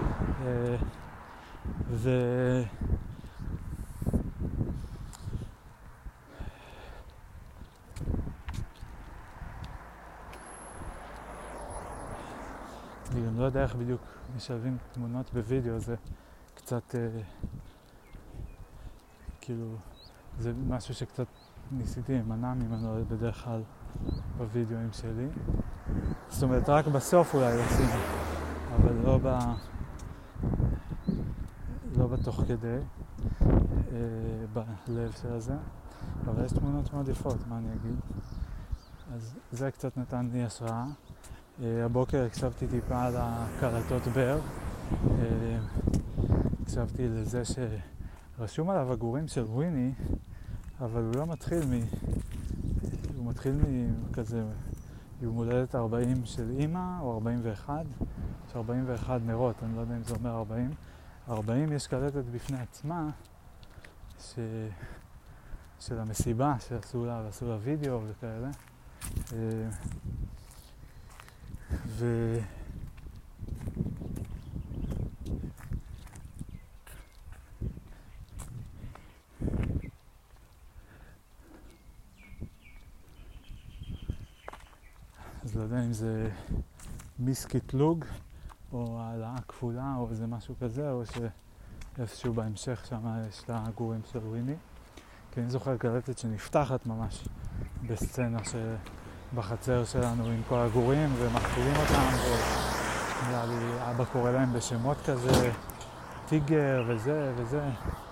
אני גם לא יודע איך בדיוק משלבים תמונות בווידאו, זה קצת כאילו, זה משהו שקצת ניסיתי להימנע ממנו בדרך כלל בווידאוים שלי. זאת אומרת, רק בסוף אולי עושים, אבל לא בתוך כדי, בלב של זה. אבל יש תמונות מאוד יפות, מה אני אגיד? אז זה קצת נתן לי השראה. הבוקר הקשבתי טיפה על הקלטות בר, הקשבתי לזה שרשום עליו הגורים של וויני, אבל הוא לא מתחיל הוא מתחיל מכזה יום הולדת 40 של אמא או 41, יש 41 נרות, אני לא יודע אם זה אומר 40. 40 יש קלטת בפני עצמה של המסיבה שעשו לה, ועשו לה וידאו וכאלה. אז לא יודע אם זה מיסקיטלוג או העלאה כפולה או איזה משהו כזה, או שאיפשהו בהמשך שם יש את הגורים של וויני. כי אני זוכר קלטת שנפתחת ממש בסצנה בחצר שלנו עם כל הגורים ומכפילים אותם, ונראה לי אבא קורא להם בשמות כזה, טיגר וזה וזה.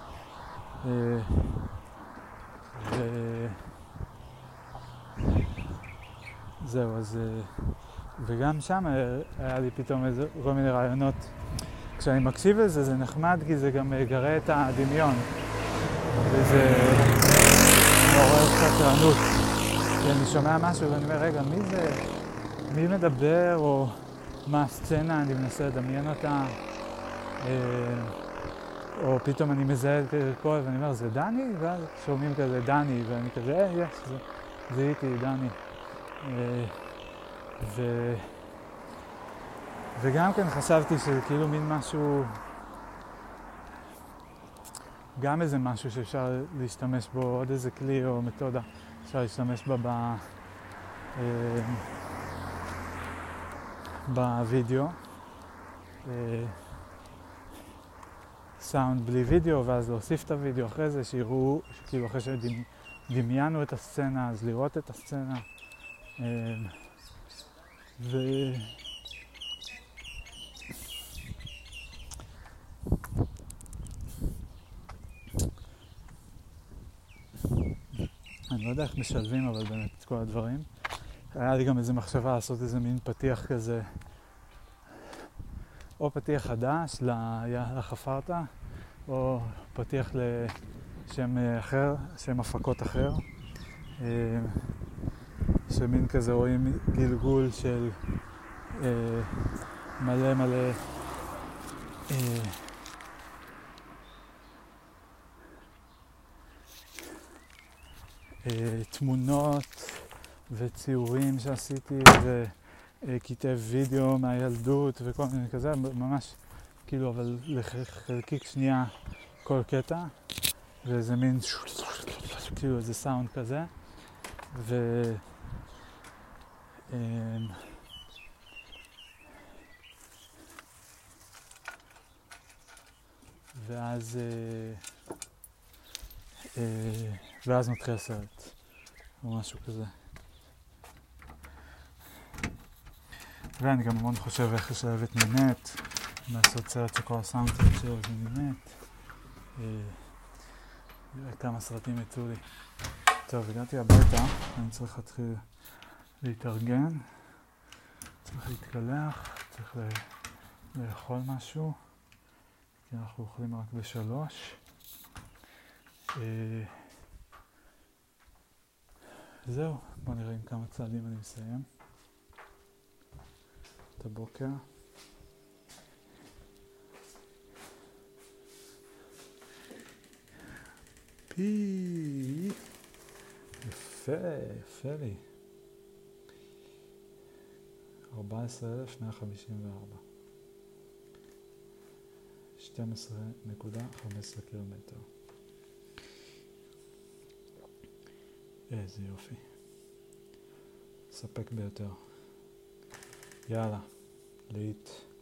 זהו, אז וגם שם היה לי פתאום כל מיני רעיונות. כשאני מקשיב לזה זה נחמד כי זה גם מגרה את הדמיון וזה מעורר סקרנות. כי אני שומע משהו ואני אומר, רגע, מי מדבר או מה הסצנה, אני מנסה לדמיין אותה, או פתאום אני מזהה את הכל ואני אומר, זה דני? ואז שומעים כזה דני ואני כזה, יש, זיהיתי דני. וגם כן חשבתי שזה כאילו מין משהו, גם איזה משהו שאפשר להשתמש בו, עוד איזה כלי או מתודה אפשר להשתמש בה בווידאו. סאונד בלי וידאו, ואז להוסיף את הוידאו אחרי זה, שיראו, כאילו אחרי שדמיינו את הסצנה, אז לראות את הסצנה. אני לא יודע איך משלבים, אבל באמת את כל הדברים. היה לי גם איזו מחשבה לעשות איזה מין פתיח כזה, או פתיח חדש לחפרתה, או פתיח לשם אחר, שם הפקות אחר. שמין כזה רואים גלגול של מלא מלא תמונות וציורים שעשיתי וכיתב וידאו מהילדות וכל מיני כזה, ממש כאילו, אבל לחלקיק שנייה כל קטע, ואיזה מין כאילו איזה סאונד כזה, ואז מתחיל הסרט או משהו כזה. ואני גם המון חושב איך לשלב את נינט, לעשות סרט שכל הסאונדטרק שלו זה נינט. כמה סרטים יצאו לי. טוב, הגעתי הביתה, אני צריך להתחיל להתארגן, צריך להתקלח, צריך לאכול משהו, כי אנחנו אוכלים רק ב3. זהו, בוא נראה עם כמה צעדים אני מסיים את הבוקר. יפה, יפה לי. 14,154. 12.15 קילומטר. איזה יופי. ספק ביותר. יאללה, להתראות.